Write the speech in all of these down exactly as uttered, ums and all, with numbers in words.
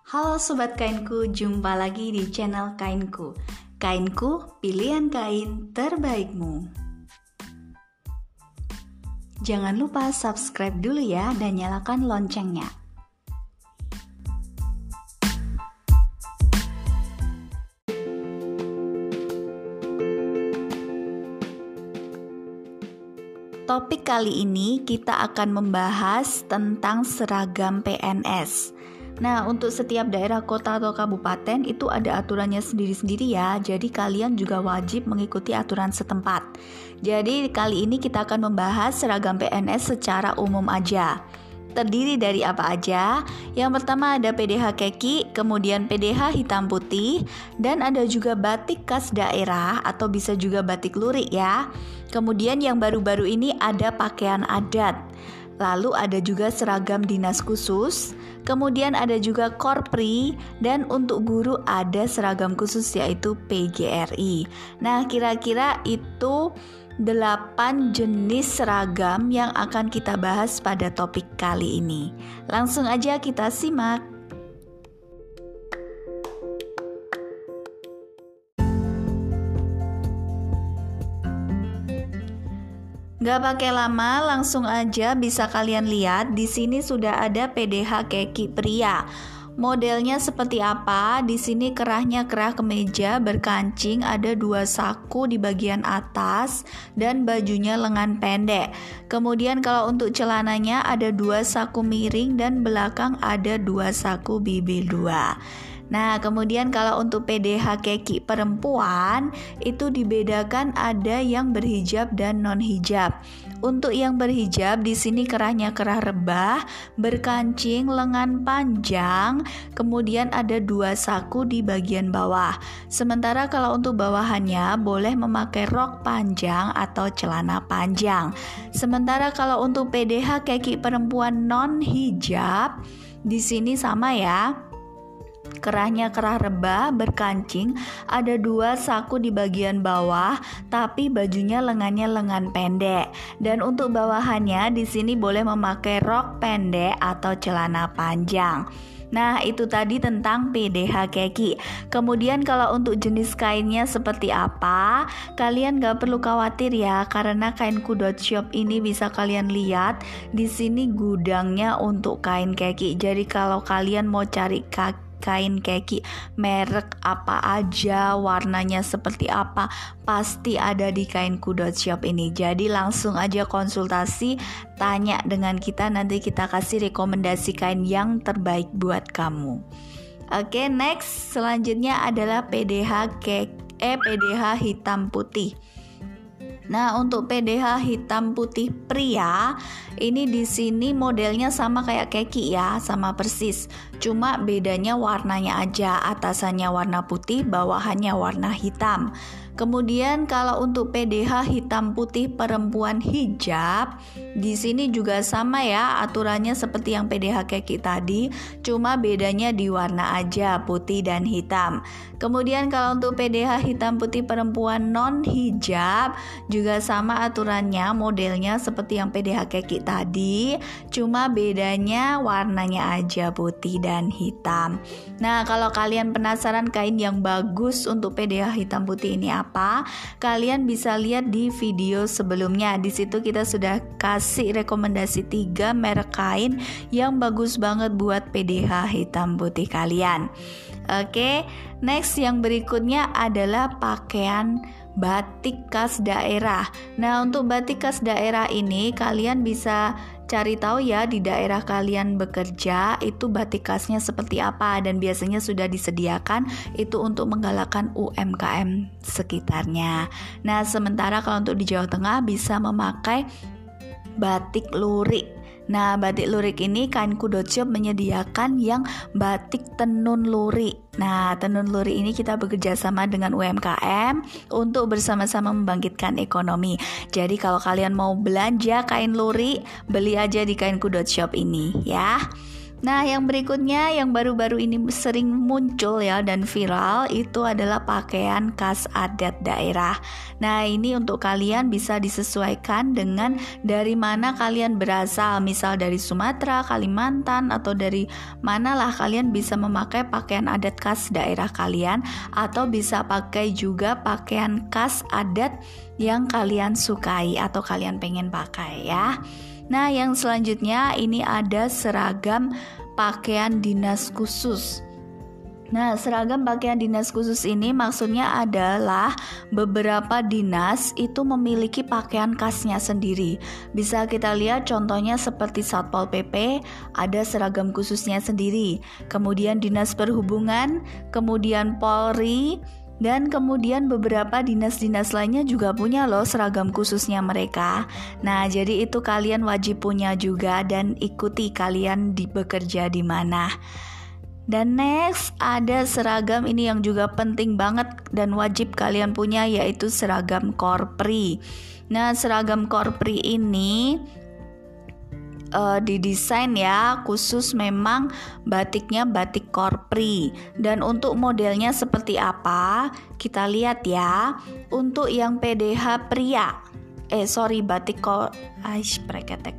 Halo Sobat Kainku, jumpa lagi di channel Kainku. Kainku, pilihan kain terbaikmu. Jangan lupa subscribe dulu ya dan nyalakan loncengnya. Topik kali ini kita akan membahas tentang seragam P N S. Nah, untuk setiap daerah, kota, atau kabupaten itu ada aturannya sendiri-sendiri ya. Jadi kalian juga wajib mengikuti aturan setempat. Jadi kali ini kita akan membahas seragam P N S secara umum aja. Terdiri dari apa aja? Yang pertama ada P D H keki, kemudian P D H hitam putih, dan ada juga batik khas daerah atau bisa juga batik lurik ya. Kemudian yang baru-baru ini ada pakaian adat. Lalu ada juga seragam dinas khusus, kemudian ada juga korpri, dan untuk guru ada seragam khusus yaitu P G R I. Nah, kira-kira itu delapan jenis seragam yang akan kita bahas pada topik kali ini. Langsung aja kita simak. Gak pakai lama, langsung aja bisa kalian lihat. Di sini sudah ada P D H keki pria. Modelnya seperti apa? Di sini kerahnya kerah kemeja berkancing, ada dua saku di bagian atas dan bajunya lengan pendek. Kemudian kalau untuk celananya ada dua saku miring dan belakang ada dua saku bibil dua. Nah, kemudian kalau untuk P D H keki perempuan itu dibedakan ada yang berhijab dan non hijab. Untuk yang berhijab di sini kerahnya kerah rebah, berkancing, lengan panjang, kemudian ada dua saku di bagian bawah. Sementara kalau untuk bawahannya boleh memakai rok panjang atau celana panjang. Sementara kalau untuk P D H keki perempuan non hijab di sini sama ya. Kerahnya kerah rebah berkancing, ada dua saku di bagian bawah, tapi bajunya lengannya lengan pendek. Dan untuk bawahannya di sini boleh memakai rok pendek atau celana panjang. Nah, itu tadi tentang P D H keki. Kemudian kalau untuk jenis kainnya seperti apa, kalian gak perlu khawatir ya, karena kainku dot shop ini bisa kalian lihat di sini gudangnya untuk kain keki. Jadi kalau kalian mau cari kaki kain keki merek apa aja, warnanya seperti apa, pasti ada di kainku dot shop ini. Jadi langsung aja konsultasi, tanya dengan kita, nanti kita kasih rekomendasi kain yang terbaik buat kamu. Oke, next selanjutnya adalah P D H keki, eh P D H hitam putih. Nah, untuk P D H hitam putih pria ini di sini modelnya sama kayak keki ya, sama persis. Cuma bedanya warnanya aja, atasannya warna putih, bawahannya warna hitam. Kemudian kalau untuk P D H hitam putih perempuan hijab, di sini juga sama ya, aturannya seperti yang P D H keki tadi, cuma bedanya di warna aja, putih dan hitam. Kemudian kalau untuk P D H hitam putih perempuan non hijab juga sama aturannya, modelnya seperti yang P D H keki tadi, cuma bedanya warnanya aja, putih dan hitam. Nah, kalau kalian penasaran kain yang bagus untuk P D H hitam putih ini apa, kalian bisa lihat di video sebelumnya. Di situ kita sudah kasih rekomendasi tiga merek kain yang bagus banget buat P D H hitam putih kalian. Oke, next yang berikutnya adalah pakaian batik khas daerah. Nah, untuk batik khas daerah ini kalian bisa cari tahu ya di daerah kalian bekerja itu batik khasnya seperti apa, dan biasanya sudah disediakan itu untuk menggalakkan U M K M sekitarnya. Nah, sementara kalau untuk di Jawa Tengah bisa memakai batik lurik. Nah, batik lurik ini kainku dot shop menyediakan yang batik tenun lurik. Nah, tenun lurik ini kita bekerja sama dengan U M K M untuk bersama-sama membangkitkan ekonomi. Jadi kalau kalian mau belanja kain lurik, beli aja di kainku dot shop ini ya. Nah, yang berikutnya yang baru-baru ini sering muncul ya dan viral itu adalah pakaian khas adat daerah. Nah, ini untuk kalian bisa disesuaikan dengan dari mana kalian berasal, misal dari Sumatera, Kalimantan, atau dari manalah kalian bisa memakai pakaian adat khas daerah kalian, atau bisa pakai juga pakaian khas adat yang kalian sukai atau kalian pengen pakai ya. Nah, yang selanjutnya ini ada seragam pakaian dinas khusus. Nah, seragam pakaian dinas khusus ini maksudnya adalah beberapa dinas itu memiliki pakaian khasnya sendiri. Bisa kita lihat contohnya seperti Satpol P P ada seragam khususnya sendiri. Kemudian Dinas Perhubungan, kemudian Polri, dan kemudian beberapa dinas-dinas lainnya juga punya loh seragam khususnya mereka. Nah, jadi itu kalian wajib punya juga dan ikuti kalian di bekerja di mana. Dan next ada seragam ini yang juga penting banget dan wajib kalian punya, yaitu seragam Korpri. Nah, seragam Korpri ini Uh, didesain ya khusus memang batiknya batik Korpri. Dan untuk modelnya seperti apa kita lihat ya. Untuk yang P D H pria eh sorry batik kor aish preketek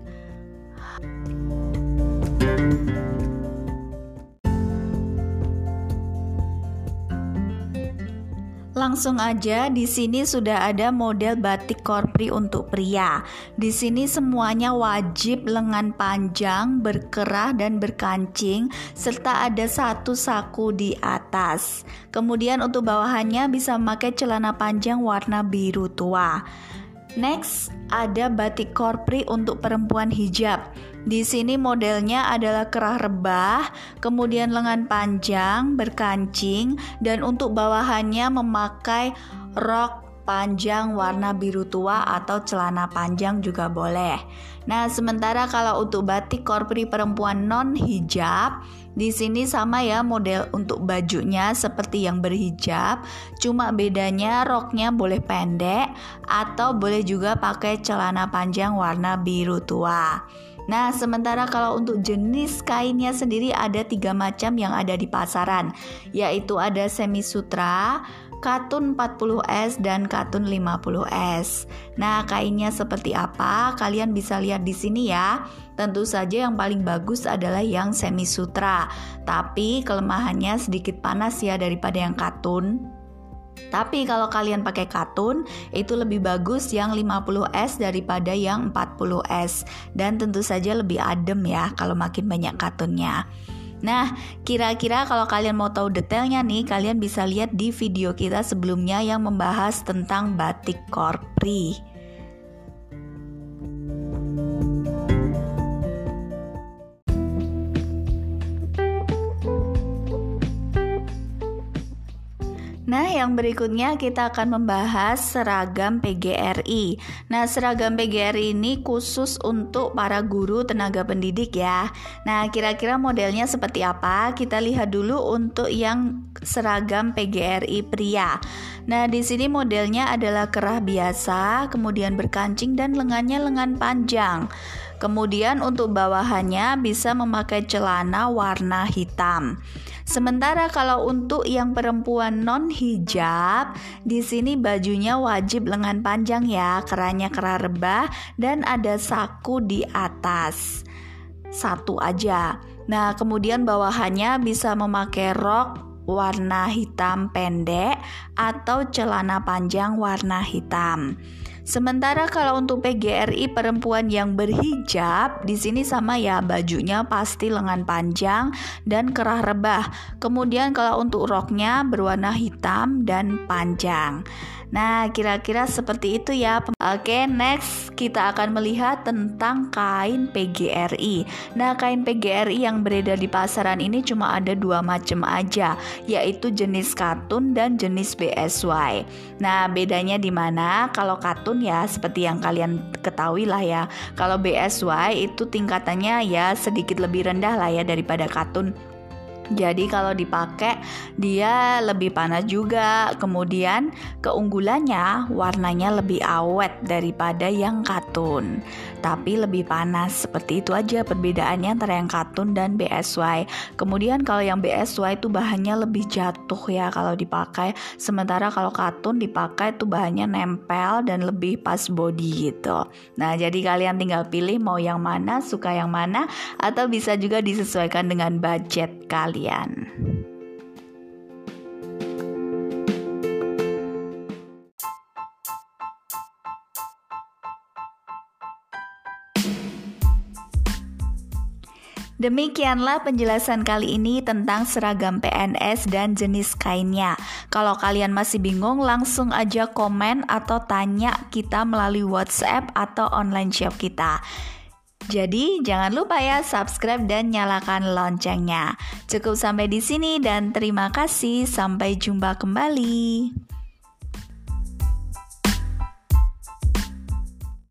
Langsung aja di sini sudah ada model batik Korpri untuk pria. Di sini semuanya wajib lengan panjang, berkerah dan berkancing serta ada satu saku di atas. Kemudian untuk bawahannya bisa memakai celana panjang warna biru tua. Next, ada batik Korpri untuk perempuan hijab. Di sini modelnya adalah kerah rebah, kemudian lengan panjang, berkancing, dan untuk bawahannya memakai rok panjang warna biru tua atau celana panjang juga boleh. Nah, sementara kalau untuk batik Korpri perempuan non hijab, di sini sama ya model untuk bajunya seperti yang berhijab, cuma bedanya roknya boleh pendek atau boleh juga pakai celana panjang warna biru tua. Nah, sementara kalau untuk jenis kainnya sendiri ada tiga macam yang ada di pasaran, yaitu ada semi sutra, katun empat puluh S, dan katun lima puluh S. Nah, kainnya seperti apa? Kalian bisa lihat di sini ya. Tentu saja yang paling bagus adalah yang semi sutra, tapi kelemahannya sedikit panas ya daripada yang katun. Tapi kalau kalian pakai katun, itu lebih bagus yang lima puluh S daripada yang empat puluh S. Dan tentu saja lebih adem ya kalau makin banyak katunnya. Nah, kira-kira kalau kalian mau tahu detailnya nih, kalian bisa lihat di video kita sebelumnya yang membahas tentang batik Korpri. Nah, yang berikutnya kita akan membahas seragam P G R I. Nah, seragam P G R I ini khusus untuk para guru tenaga pendidik ya. Nah, kira-kira modelnya seperti apa? Kita lihat dulu untuk yang seragam P G R I pria. Nah, di sini modelnya adalah kerah biasa, kemudian berkancing dan lengannya lengan panjang. Kemudian untuk bawahannya bisa memakai celana warna hitam. Sementara kalau untuk yang perempuan non hijab, di sini bajunya wajib lengan panjang ya, kerahnya kerah rebah dan ada saku di atas. Satu aja. Nah, kemudian bawahannya bisa memakai rok warna hitam pendek atau celana panjang warna hitam. Sementara kalau untuk P G R I perempuan yang berhijab, di sini sama ya, bajunya pasti lengan panjang dan kerah rebah. Kemudian kalau untuk roknya berwarna hitam dan panjang. Nah, kira-kira seperti itu ya. Oke, next kita akan melihat tentang kain P G R I. Nah, kain P G R I yang beredar di pasaran ini cuma ada dua macam aja, yaitu jenis katun dan jenis B S Y. Nah, bedanya di mana? Kalau katun ya seperti yang kalian ketahui lah ya. Kalau B S Y itu tingkatannya ya sedikit lebih rendah lah ya daripada katun. Jadi kalau dipakai dia lebih panas juga. Kemudian keunggulannya warnanya lebih awet daripada yang katun, tapi lebih panas. Seperti itu aja perbedaannya antara yang katun dan B S Y. Kemudian kalau yang B S Y itu bahannya lebih jatuh ya kalau dipakai. Sementara kalau katun dipakai itu bahannya nempel dan lebih pas body gitu. Nah, jadi kalian tinggal pilih mau yang mana, suka yang mana, atau bisa juga disesuaikan dengan budget kalian. Demikianlah penjelasan kali ini tentang seragam P N S dan jenis kainnya. Kalau kalian masih bingung, langsung aja komen atau tanya kita melalui WhatsApp atau online shop kita. Jadi jangan lupa ya subscribe dan nyalakan loncengnya. Cukup sampai di sini dan terima kasih. Sampai jumpa kembali.